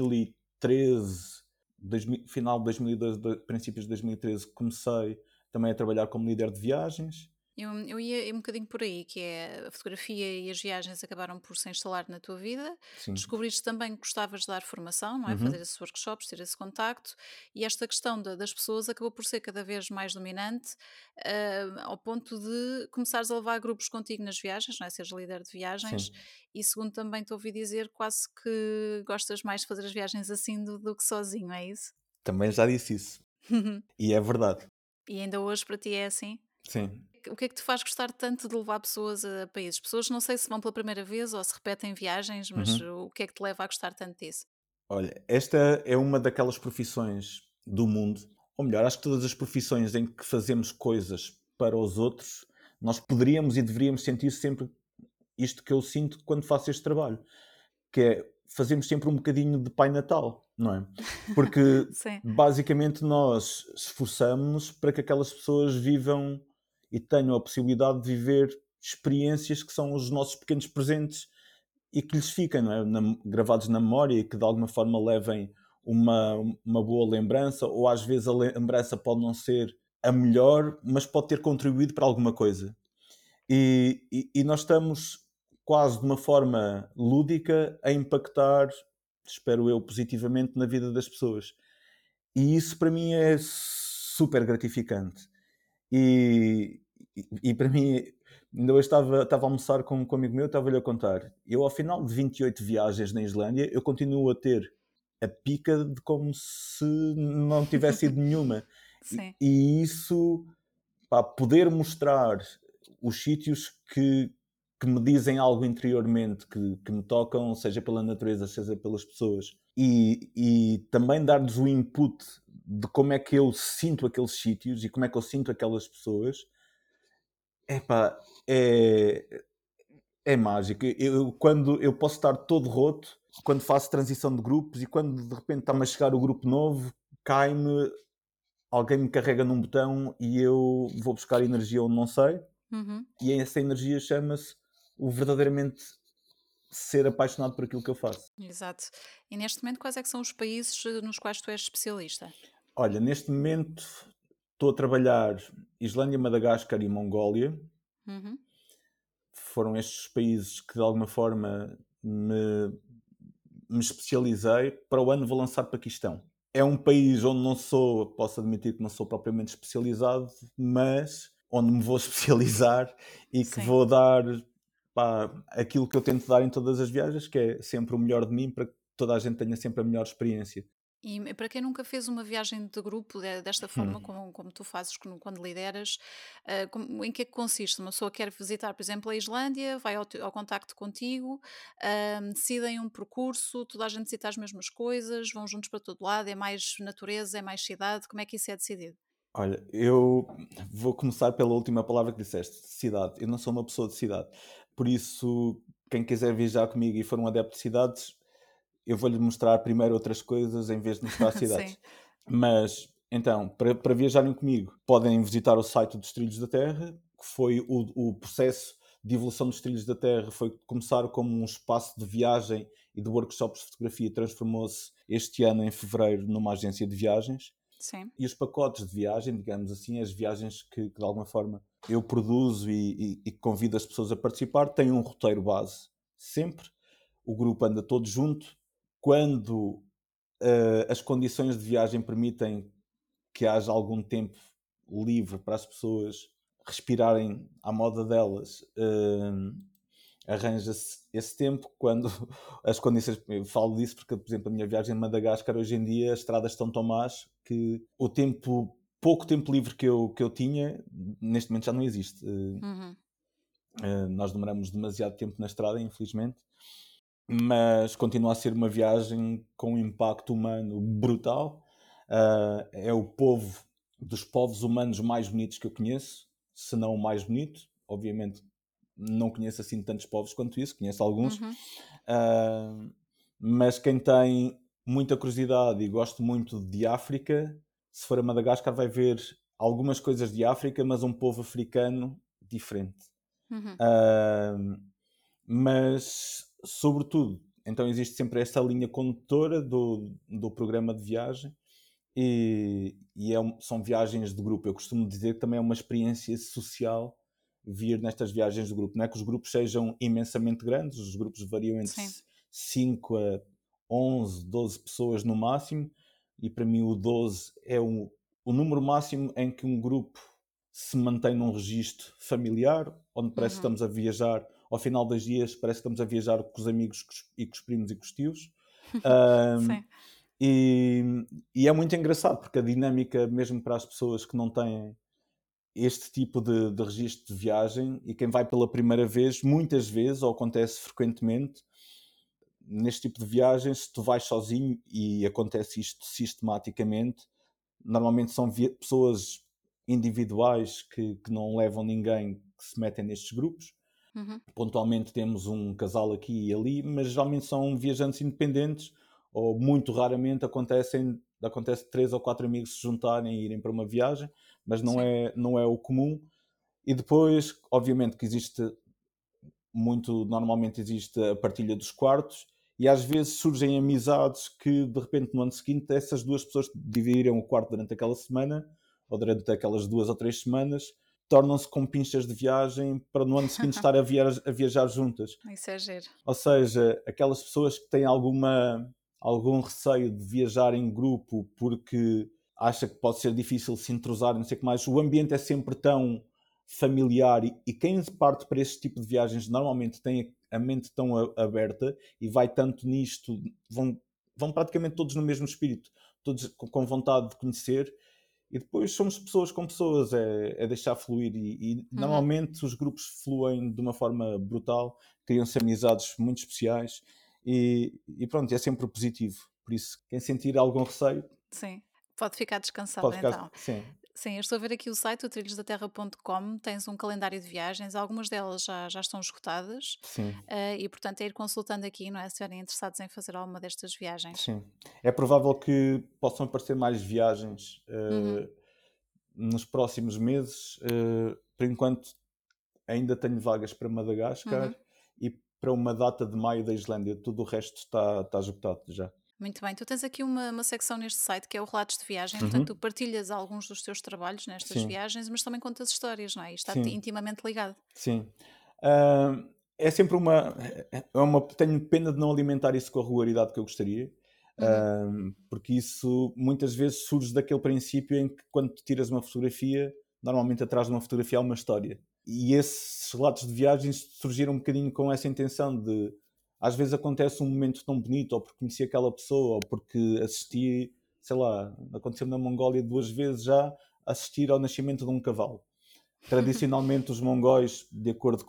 2013, final de 2012, princípios de 2013, comecei também a trabalhar como líder de viagens. Eu ia um bocadinho por aí, que é a fotografia e as viagens acabaram por se instalar na tua vida. Sim. Descobriste também que gostavas de dar formação, não é? Fazer Uhum. esses workshops, ter esse contacto, e esta questão das pessoas acabou por ser cada vez mais dominante, ao ponto de começares a levar grupos contigo nas viagens, não é? Seres líder de viagens, Sim. e segundo também te ouvi dizer, quase que gostas mais de fazer as viagens assim do que sozinho, é isso? Também já disse isso. E é verdade. E ainda hoje para ti é assim? Sim. O que é que te faz gostar tanto de levar pessoas a países? Pessoas não sei se vão pela primeira vez ou se repetem viagens, mas Uhum. o que é que te leva a gostar tanto disso? Olha, esta é uma daquelas profissões do mundo, ou melhor, acho que todas as profissões em que fazemos coisas para os outros, nós poderíamos e deveríamos sentir sempre isto que eu sinto quando faço este trabalho, que é fazemos sempre um bocadinho de Pai Natal, não é? Porque Sim. basicamente nós esforçamos-nos para que aquelas pessoas vivam e tenham a possibilidade de viver experiências que são os nossos pequenos presentes e que lhes fiquem, não é? Gravados na memória, e que de alguma forma levem uma, uma boa lembrança, ou às vezes a lembrança pode não ser a melhor, mas pode ter contribuído para alguma coisa. E nós estamos quase de uma forma lúdica a impactar, espero eu, positivamente na vida das pessoas. E isso para mim é super gratificante. E, e para mim, ainda hoje estava a almoçar com um amigo meu, estava-lhe a contar. Eu, ao final de 28 viagens na Islândia, eu continuo a ter a pica de como se não tivesse ido nenhuma. E, Sim. e isso, pá, poder mostrar os sítios que me dizem algo interiormente, que me tocam, seja pela natureza, seja pelas pessoas, e também dar-lhes o input de como é que eu sinto aqueles sítios e como é que eu sinto aquelas pessoas, epá, é mágico. Quando eu posso estar todo roto, quando faço transição de grupos, e quando de repente está-me a chegar o grupo novo, cai-me alguém me carrega num botão e eu vou buscar energia onde não sei, Uhum. e essa energia chama-se o verdadeiramente ser apaixonado por aquilo que eu faço. Exato. E neste momento, quais é que são os países nos quais tu és especialista? Olha, neste momento estou a trabalhar Islândia, Madagascar e Mongólia. Uhum. Foram estes os países que de alguma forma me especializei. Para o ano vou lançar Paquistão. É um país onde não sou, posso admitir que não sou propriamente especializado, mas onde me vou especializar e que Sim. vou dar, pá, aquilo que eu tento dar em todas as viagens, que é sempre o melhor de mim para que toda a gente tenha sempre a melhor experiência. E para quem nunca fez uma viagem de grupo desta forma, Hum. como tu fazes quando lideras, em que é que consiste? Uma pessoa quer visitar, por exemplo, a Islândia, vai ao contacto contigo, decidem um percurso, toda a gente visita as mesmas coisas, vão juntos para todo lado, é mais natureza, é mais cidade, como é que isso é decidido? Olha, eu vou começar pela última palavra que disseste, cidade. Eu não sou uma pessoa de cidade, por isso, quem quiser viajar comigo e for um adepto de cidades, eu vou-lhe mostrar primeiro outras coisas em vez de mostrar Sim, cidades. Mas, então, para viajarem comigo, podem visitar o site dos Trilhos da Terra, que foi o processo de evolução dos Trilhos da Terra, foi começar como um espaço de viagem e de workshops de fotografia, e transformou-se este ano, em fevereiro, numa agência de viagens. sim. E os pacotes de viagem, digamos assim, as viagens que de alguma forma eu produzo e convido as pessoas a participar, têm um roteiro base. Sempre. O grupo anda todo junto. Quando as condições de viagem permitem que haja algum tempo livre para as pessoas respirarem à moda delas, arranja-se esse tempo quando as condições. Eu falo disso porque, por exemplo, a minha viagem de Madagascar, hoje em dia, as estradas estão tão más que o tempo, pouco tempo livre que eu tinha, neste momento já não existe. Uhum. Nós demoramos demasiado tempo na estrada, infelizmente, mas continua a ser uma viagem com um impacto humano brutal. É o povo dos povos humanos mais bonitos que eu conheço, se não o mais bonito. Obviamente não conheço assim tantos povos quanto isso, conheço alguns. Uhum. Uh, mas quem tem muita curiosidade e gosta muito de África, se for a Madagascar vai ver algumas coisas de África, mas um povo africano diferente. Uhum. Uh, mas, sobretudo, então existe sempre esta linha condutora do programa de viagem são viagens de grupo. Eu costumo dizer que também é uma experiência social vir nestas viagens de grupo. Não é que os grupos sejam imensamente grandes, os grupos variam entre Sim. 5 a 11, 12 pessoas no máximo, e para mim o 12 é o número máximo em que um grupo se mantém num registro familiar, onde parece que Uhum. estamos a viajar, ao final dos dias parece que estamos a viajar com os amigos e com os primos e com os tios. Um, Sim. e, e é muito engraçado, porque a dinâmica, mesmo para as pessoas que não têm este tipo de registro de viagem, e quem vai pela primeira vez, muitas vezes, ou acontece frequentemente, neste tipo de viagens, se tu vais sozinho, e acontece isto sistematicamente, normalmente são pessoas individuais que não levam ninguém, que se metem nestes grupos. Uhum. Pontualmente temos um casal aqui e ali, mas geralmente são viajantes independentes, ou muito raramente acontece 3 ou 4 amigos se juntarem e irem para uma viagem, mas Sim. não é o comum. E depois, obviamente que normalmente existe a partilha dos quartos, e às vezes surgem amizades que de repente no ano seguinte essas duas pessoas dividiram o quarto durante aquela semana, ou durante aquelas 2 ou 3 semanas, tornam-se compinchas de viagem para no ano seguinte estar a viajar juntas. Isso é giro. Ou seja, aquelas pessoas que têm algum receio de viajar em grupo porque acha que pode ser difícil se entrosar, não sei o que mais, o ambiente é sempre tão familiar, e quem parte para este tipo de viagens normalmente tem a mente tão aberta e vai tanto nisto, vão praticamente todos no mesmo espírito, todos com vontade de conhecer, e depois somos pessoas com pessoas, é deixar fluir, e Uhum. normalmente os grupos fluem de uma forma brutal, criam-se amizades muito especiais, e pronto, é sempre positivo. Por isso, quem sentir algum receio, Sim. Pode ficar descansado pode ficar, então. sim, Sim, eu estou a ver aqui o site, o trilhosdaterra.com, tens um calendário de viagens, algumas delas já estão esgotadas, sim. e portanto é ir consultando aqui, não é? Se estiverem interessados em fazer alguma destas viagens. Sim. É provável que possam aparecer mais viagens, Uhum. nos próximos meses, por enquanto, ainda tenho vagas para Madagascar Uhum. e para uma data de maio da Islândia. Tudo o resto está esgotado já. Muito bem, tu tens aqui uma secção neste site que é o Relatos de Viagem, portanto, tu Uhum. partilhas alguns dos teus trabalhos nestas Sim, viagens, mas também contas histórias, não é? E está sim, intimamente ligado. sim. É sempre tenho pena de não alimentar isso com a regularidade que eu gostaria, Uhum. porque isso muitas vezes surge daquele princípio em que quando tu tiras uma fotografia, normalmente atrás de uma fotografia há uma história. E esses relatos de viagens surgiram um bocadinho com essa intenção de, às vezes acontece um momento tão bonito, ou porque conheci aquela pessoa, ou porque assisti, sei lá, aconteceu na Mongólia 2 vezes já, assistir ao nascimento de um cavalo. Tradicionalmente os mongóis, de acordo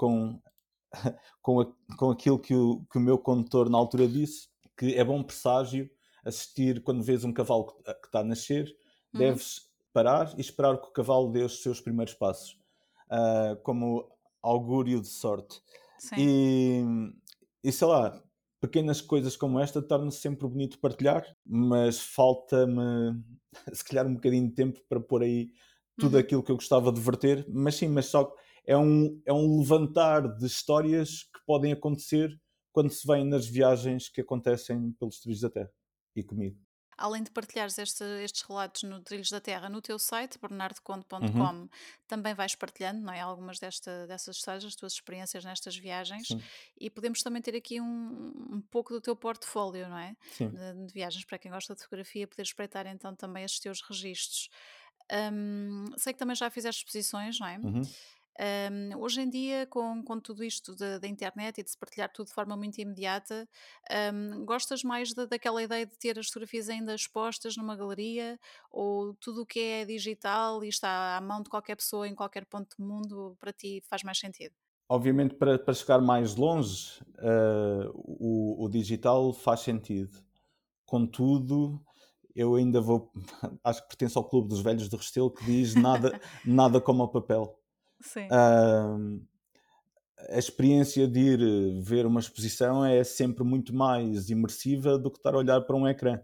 com aquilo que o meu condutor na altura disse, que é bom presságio assistir quando vês um cavalo que está a nascer, Uhum. deves parar e esperar que o cavalo dê os seus primeiros passos, como augúrio de sorte. Sim. E, e sei lá, pequenas coisas como esta torna-se sempre bonito partilhar, mas falta-me se calhar um bocadinho de tempo para pôr aí tudo Uhum. aquilo que eu gostava de verter, mas sim, mas só é um levantar de histórias que podem acontecer quando se vem nas viagens que acontecem pelos trilhos da Terra e comigo. Além de partilhares estes relatos no Trilhos da Terra no teu site, Uhum, bernardoconde.com, também vais partilhando, não é? Algumas dessas histórias, as tuas experiências nestas viagens, sim, e podemos também ter aqui um pouco do teu portfólio, não é? sim. De viagens, para quem gosta de fotografia, poder espreitar então também estes teus registros. Sei que também já fizeste exposições, não é? Uhum. Hoje em dia, com tudo isto da internet e de se partilhar tudo de forma muito imediata, gostas mais daquela ideia de ter as fotografias ainda expostas numa galeria, ou tudo o que é digital e está à mão de qualquer pessoa em qualquer ponto do mundo, para ti faz mais sentido? Obviamente, para chegar mais longe, o digital faz sentido. Contudo, eu ainda vou. Acho que pertenço ao clube dos velhos de Restelo que diz nada, nada como o papel. Sim. Ahm, a experiência de ir ver uma exposição é sempre muito mais imersiva do que estar a olhar para um ecrã.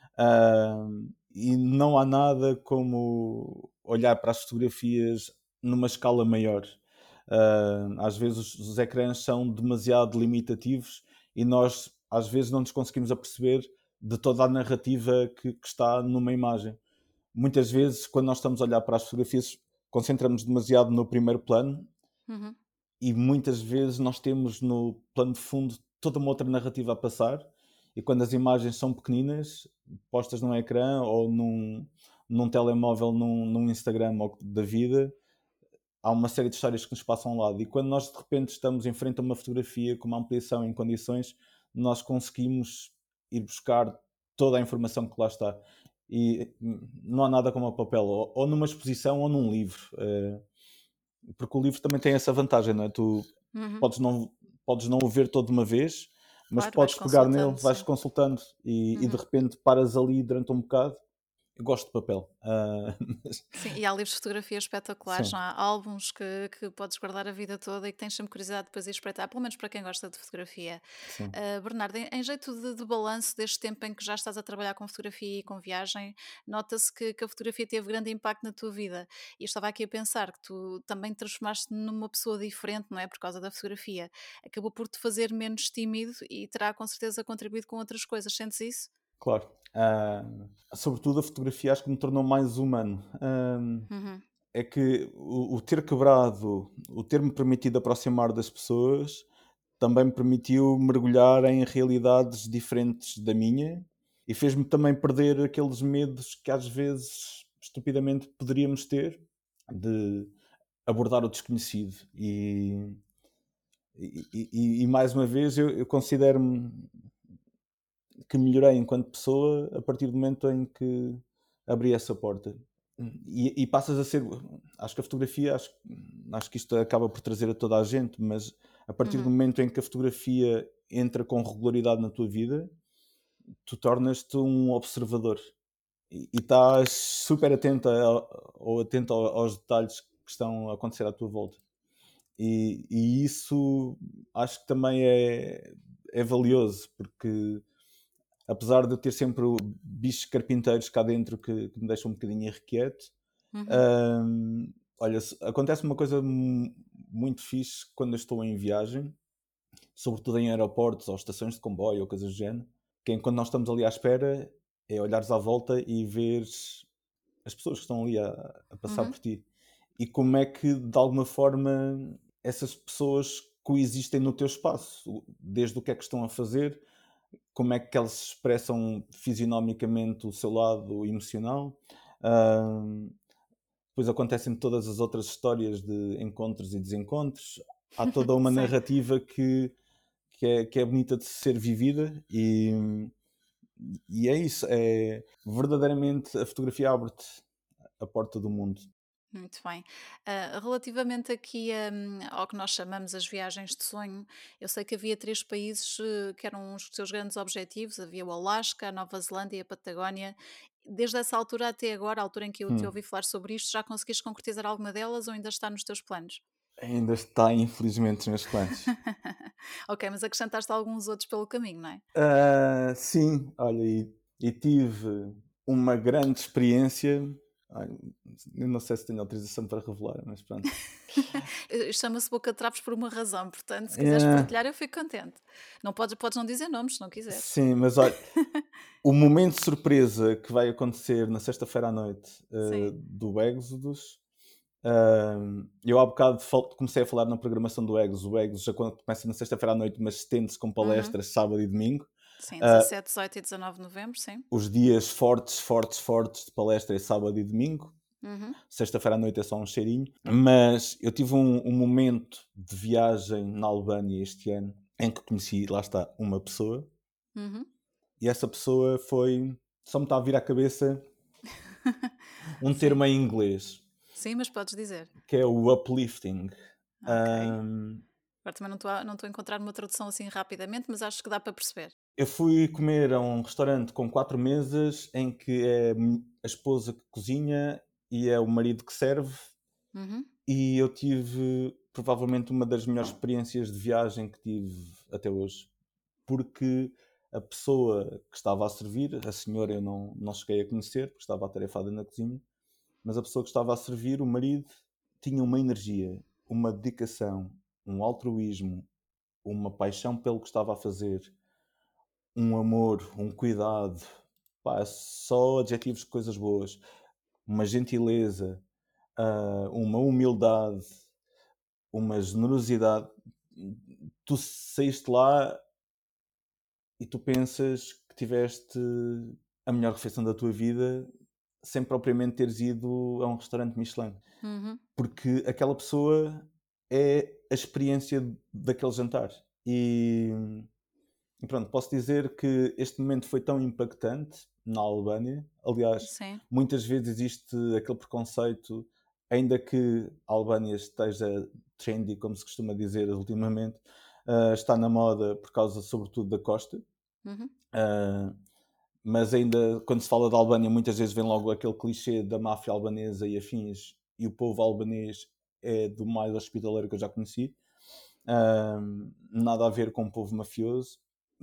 E não há nada como olhar para as fotografias numa escala maior. Às vezes os ecrãs são demasiado limitativos e nós às vezes não nos conseguimos aperceber de toda a narrativa que está numa imagem. Muitas vezes, quando nós estamos a olhar para as fotografias, concentramos demasiado no primeiro plano Uhum. e muitas vezes nós temos no plano de fundo toda uma outra narrativa a passar, e quando as imagens são pequeninas, postas num ecrã ou num telemóvel, num Instagram ou da vida, há uma série de histórias que nos passam ao lado, e quando nós de repente estamos em frente a uma fotografia com uma ampliação em condições, nós conseguimos ir buscar toda a informação que lá está. E não há nada como o papel, ou numa exposição ou num livro. Porque o livro também tem essa vantagem, não é? Tu Uhum. podes não o ver todo de uma vez, mas Claro, vais podes pegar nele, consultando, vais sim. consultando e de Uhum. repente paras ali durante um bocado. Eu gosto de papel. Mas- Sim, e há livros de fotografia espetaculares, sim, não há álbuns que podes guardar a vida toda e que tens sempre curiosidade depois de espreitar, pelo menos para quem gosta de fotografia. sim. Bernardo, em jeito de balanço deste tempo em que já estás a trabalhar com fotografia e com viagem, nota-se que a fotografia teve grande impacto na tua vida. E eu estava aqui a pensar que tu também te transformaste numa pessoa diferente, não é? Por causa da fotografia. Acabou por te fazer menos tímido e terá com certeza contribuído com outras coisas. Sentes isso? Claro. Sobretudo a fotografia acho que me tornou mais humano. Uhum. É que o ter quebrado, o ter-me permitido aproximar das pessoas, também me permitiu mergulhar em realidades diferentes da minha e fez-me também perder aqueles medos que às vezes, estupidamente, poderíamos ter de abordar o desconhecido. E mais uma vez, eu considero-me que melhorei enquanto pessoa a partir do momento em que abri essa porta. E passas a ser. Acho que a fotografia, acho que isto acaba por trazer a toda a gente, mas a partir do Uhum. momento em que a fotografia entra com regularidade na tua vida, tu tornas-te um observador e estás super atento ou atento aos detalhes que estão a acontecer à tua volta. E isso acho que também é valioso, porque apesar de eu ter sempre bichos carpinteiros cá dentro que me deixam um bocadinho irrequieto, Uhum. Olha, acontece uma coisa muito fixe quando eu estou em viagem, sobretudo em aeroportos ou estações de comboio ou coisas do género, que é quando nós estamos ali à espera, é olhares à volta e veres as pessoas que estão ali a passar Uhum. por ti. E como é que, de alguma forma, essas pessoas coexistem no teu espaço, desde o que é que estão a fazer, como é que elas expressam fisionomicamente o seu lado emocional. Ahm, Depois acontecem todas as outras histórias de encontros e desencontros. Há toda uma Sim, narrativa que é bonita de ser vivida e é isso. É, verdadeiramente a fotografia abre-te a porta do mundo. muito bem. Relativamente aqui ao que nós chamamos as viagens de sonho, eu sei que havia 3 países, que eram os seus grandes objetivos, havia o Alasca, a Nova Zelândia e a Patagónia. Desde essa altura até agora, a altura em que eu te Hum. ouvi falar sobre isto, já conseguiste concretizar alguma delas ou ainda está nos teus planos? Ainda está, infelizmente, nos meus planos. Ok, mas acrescentaste alguns outros pelo caminho, não é? Sim, olha, e tive uma grande experiência. Ai, eu não sei se tenho autorização para revelar, mas pronto. Chama-se Boca de Trapos por uma razão, portanto, se quiseres Eh, partilhar, eu fico contente. Não podes não dizer nomes se não quiseres. sim, mas olha, o momento de surpresa que vai acontecer na sexta-feira à noite Sim. do Exodus. Eu há bocado comecei a falar na programação do Exodus. O Exodus já começa na sexta-feira à noite, mas estende-se com Uhum. palestras sábado e domingo. Sim, Ah, 17, 18 e 19 de novembro, sim. os dias fortes, fortes, fortes de palestra é sábado e domingo. Uhum. Sexta-feira à noite é só um cheirinho. Mas eu tive um momento de viagem na Albânia este ano em que conheci, lá está, uma pessoa. Uhum. E essa pessoa foi. Só me está a vir à cabeça um Sim. termo em inglês, Sim, mas podes dizer. que é o uplifting. Ok. Ahm, Agora também não estou a encontrar uma tradução assim rapidamente, mas acho que dá para perceber. eu fui comer a um restaurante com 4 mesas em que é a esposa que cozinha e é o marido que serve, Uhum. e eu tive provavelmente uma das melhores experiências de viagem que tive até hoje, porque a pessoa que estava a servir, a senhora eu não cheguei a conhecer, porque estava atarefada na cozinha, mas a pessoa que estava a servir, o marido, tinha uma energia, uma dedicação, um altruísmo, uma paixão pelo que estava a fazer, um amor, um cuidado, pá, só adjetivos de coisas boas, uma gentileza, uma humildade, uma generosidade. Tu saíste lá e tu pensas que tiveste a melhor refeição da tua vida sem propriamente teres ido a um restaurante Michelin. Uhum. Porque aquela pessoa é a experiência daquele jantar. E pronto, posso dizer que este momento foi tão impactante na Albânia. Aliás, Sim. muitas vezes existe aquele preconceito, ainda que a Albânia esteja trendy, como se costuma dizer ultimamente, está na moda por causa, sobretudo, da costa. Uhum. Ah, mas ainda, quando se fala da Albânia, muitas vezes vem logo aquele clichê da máfia albanesa e afins, e o povo albanês é do mais hospitaleiro que eu já conheci. Nada a ver com o povo mafioso,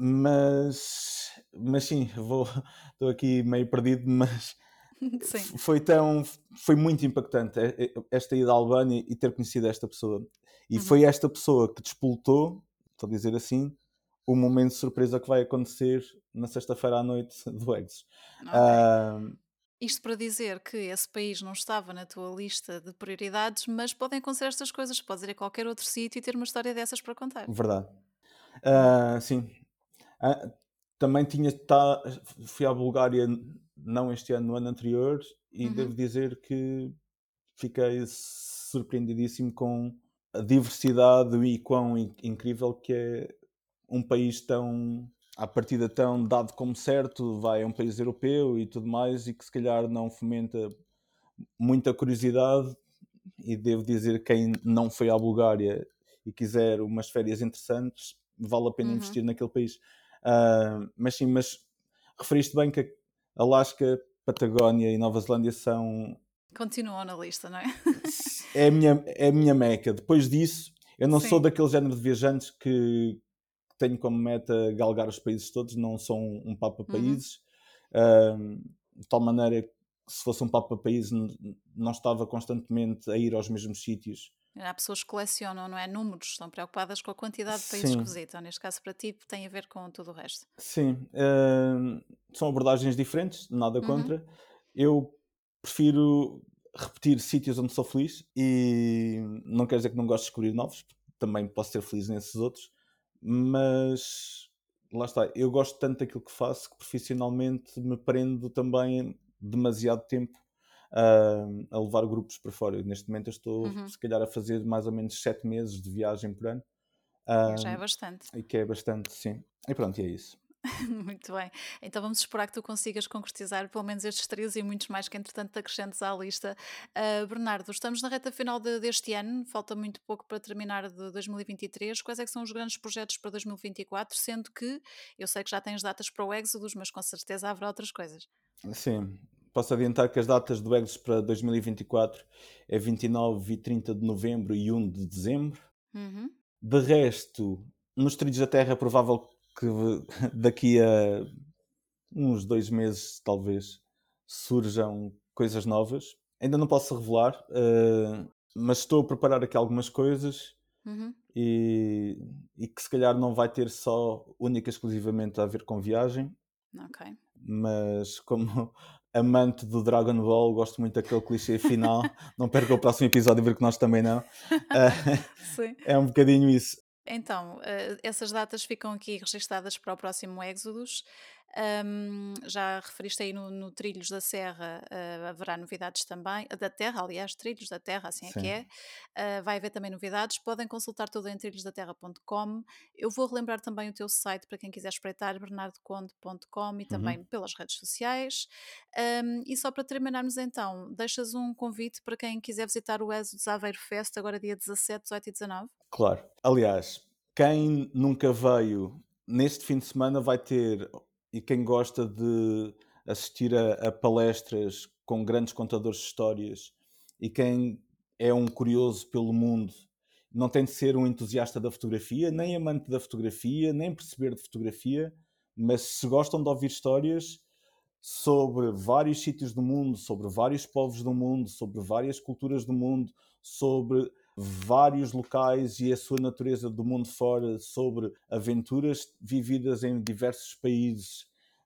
mas sim, estou aqui meio perdido, mas Sim. foi muito impactante esta ida à Albânia e ter conhecido esta pessoa. E Uhum. foi esta pessoa que despoltou, estou a dizer assim, o momento de surpresa que vai acontecer na sexta-feira à noite do Exos. Ok. Ahm, Isto para dizer que esse país não estava na tua lista de prioridades, mas podem acontecer estas coisas. Podes ir a qualquer outro sítio e ter uma história dessas para contar. Verdade. Uhum. Sim. Ah, também fui à Bulgária não este ano, no ano anterior, e devo Uhum. dizer que fiquei surpreendidíssimo com a diversidade e quão incrível que é um país tão, à partida tão dado como certo, é um país europeu e tudo mais, e que se calhar não fomenta muita curiosidade. E devo dizer que quem não foi à Bulgária e quiser umas férias interessantes, vale a pena Uhum. investir naquele país. Mas sim, mas referiste bem que Alasca, Patagónia e Nova Zelândia são Continuam na lista, não é? é a minha meca. Depois disso, eu não sou Sim. daquele género de viajantes que tenho como meta galgar os países todos, não sou um papa Uhum. países. De tal maneira que se fosse um Papa-país não estava constantemente a ir aos mesmos sítios. Há pessoas que colecionam, não é? Números, estão preocupadas com a quantidade de países que Sim, visitam. Neste caso, para ti, tem a ver com tudo o resto. sim. São abordagens diferentes, nada Uhum. contra. Eu prefiro repetir sítios onde sou feliz e não quer dizer que não gosto de descobrir novos, também posso ser feliz nesses outros, mas lá está, eu gosto tanto daquilo que faço que profissionalmente me prendo também demasiado tempo a levar grupos para fora. Neste momento eu estou Uhum. se calhar a fazer mais ou menos 7 meses de viagem por ano, Já é ah, bastante. e que é bastante, sim. E pronto, e é isso. Muito bem. Então vamos esperar que tu consigas concretizar pelo menos estes três e muitos mais que entretanto te acrescentes à lista. Bernardo, estamos na reta final deste ano, falta muito pouco para terminar de 2023. Quais é que são os grandes projetos para 2024? Sendo que eu sei que já tens datas para o Éxodos, mas com certeza haverá outras coisas. Sim, posso adiantar que as datas do Exos para 2024 é 29 e 30 de novembro e 1 de dezembro. Uhum. De resto, nos Trilhos da Terra é provável que daqui a uns 2 meses, talvez, surjam coisas novas. Ainda não posso revelar, mas estou a preparar aqui algumas coisas Uhum. e, e que se calhar não vai ter só única e exclusivamente a ver com viagem, Ok. mas como amante do Dragon Ball, gosto muito daquele clichê final. Não perca o próximo episódio, ver que nós também não. Ah, Sim. é um bocadinho isso. Então, essas datas ficam aqui registadas para o próximo Éxodos. Já referiste aí no Trilhos da Serra, haverá novidades também, da Terra, aliás, Trilhos da Terra, assim é que Sim. é. Vai haver também novidades, podem consultar tudo em trilhosdaterra.com. Eu vou relembrar também o teu site para quem quiser espreitar, bernardoconde.com e Uhum. também pelas redes sociais. E só para terminarmos então, deixas um convite para quem quiser visitar o Éxodos Aveiro Fest, agora dia 17, 18 e 19. Claro. Aliás, quem nunca veio neste fim de semana vai ter, e quem gosta de assistir a palestras com grandes contadores de histórias, e quem é um curioso pelo mundo, não tem de ser um entusiasta da fotografia, nem amante da fotografia, nem perceber de fotografia, mas se gostam de ouvir histórias sobre vários sítios do mundo, sobre vários povos do mundo, sobre várias culturas do mundo, sobre vários locais e a sua natureza do mundo fora, sobre aventuras vividas em diversos países.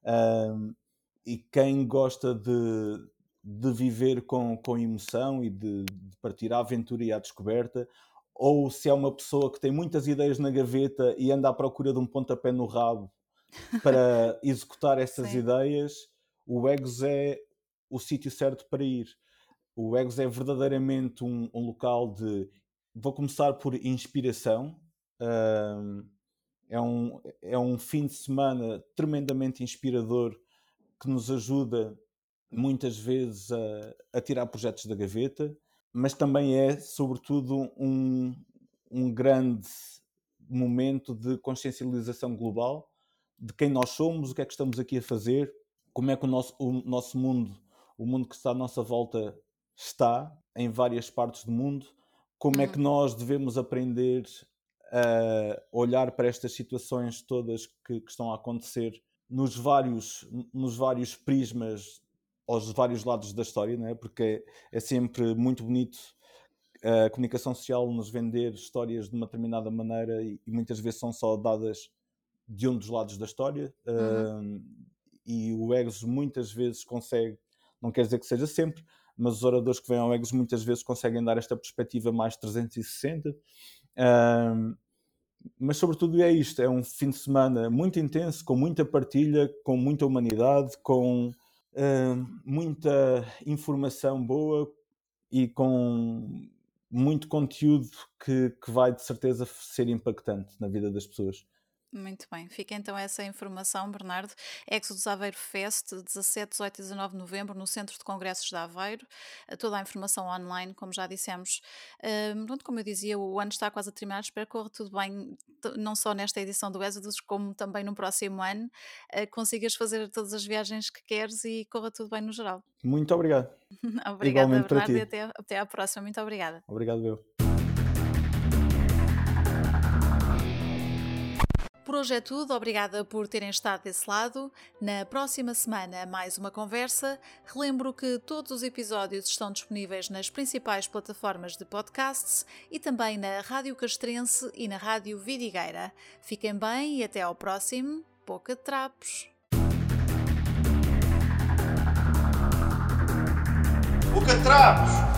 E quem gosta de viver com emoção e de partir à aventura e à descoberta, ou se é uma pessoa que tem muitas ideias na gaveta e anda à procura de um pontapé no rabo para executar essas Sim. ideias, o Egos é o sítio certo para ir. O Egos é verdadeiramente um local de. Vou começar por inspiração. Um, é um fim de semana tremendamente inspirador que nos ajuda muitas vezes a tirar projetos da gaveta, mas também é, sobretudo, um grande momento de consciencialização global de quem nós somos, o que é que estamos aqui a fazer, como é que o nosso mundo, o mundo que está à nossa volta, está em várias partes do mundo, como é que Uhum. nós devemos aprender a olhar para estas situações todas que estão a acontecer nos vários prismas aos vários lados da história, não é? Porque é sempre muito bonito a comunicação social nos vender histórias de uma determinada maneira e muitas vezes são só dadas de um dos lados da história, Uhum. e o Egos muitas vezes consegue, não quer dizer que seja sempre, mas os oradores que vêm ao Egos muitas vezes conseguem dar esta perspectiva mais 360. Um, mas sobretudo é isto, é um fim de semana muito intenso, com muita partilha, com muita humanidade, com muita informação boa e com muito conteúdo que vai de certeza ser impactante na vida das pessoas. Muito bem, fica então essa informação, Bernardo. Exodus Aveiro Fest, 17, 18 e 19 de novembro, no Centro de Congressos de Aveiro. Toda a informação online, como já dissemos. Pronto, como eu dizia, o ano está quase a terminar. Espero que corra tudo bem, não só nesta edição do Exodus, como também no próximo ano. Consigas fazer todas as viagens que queres e corra tudo bem no geral. Muito obrigado. Obrigada, Igualmente para Bernardo, e ti. até à próxima. Muito obrigada. Obrigado, eu. Por hoje hoje é tudo, obrigada por terem estado desse lado. Na próxima semana, mais uma conversa. Relembro que todos os episódios estão disponíveis nas principais plataformas de podcasts e também na Rádio Castrense e na Rádio Vidigueira. Fiquem bem e até ao próximo Boca de Trapos. Boca de Trapos!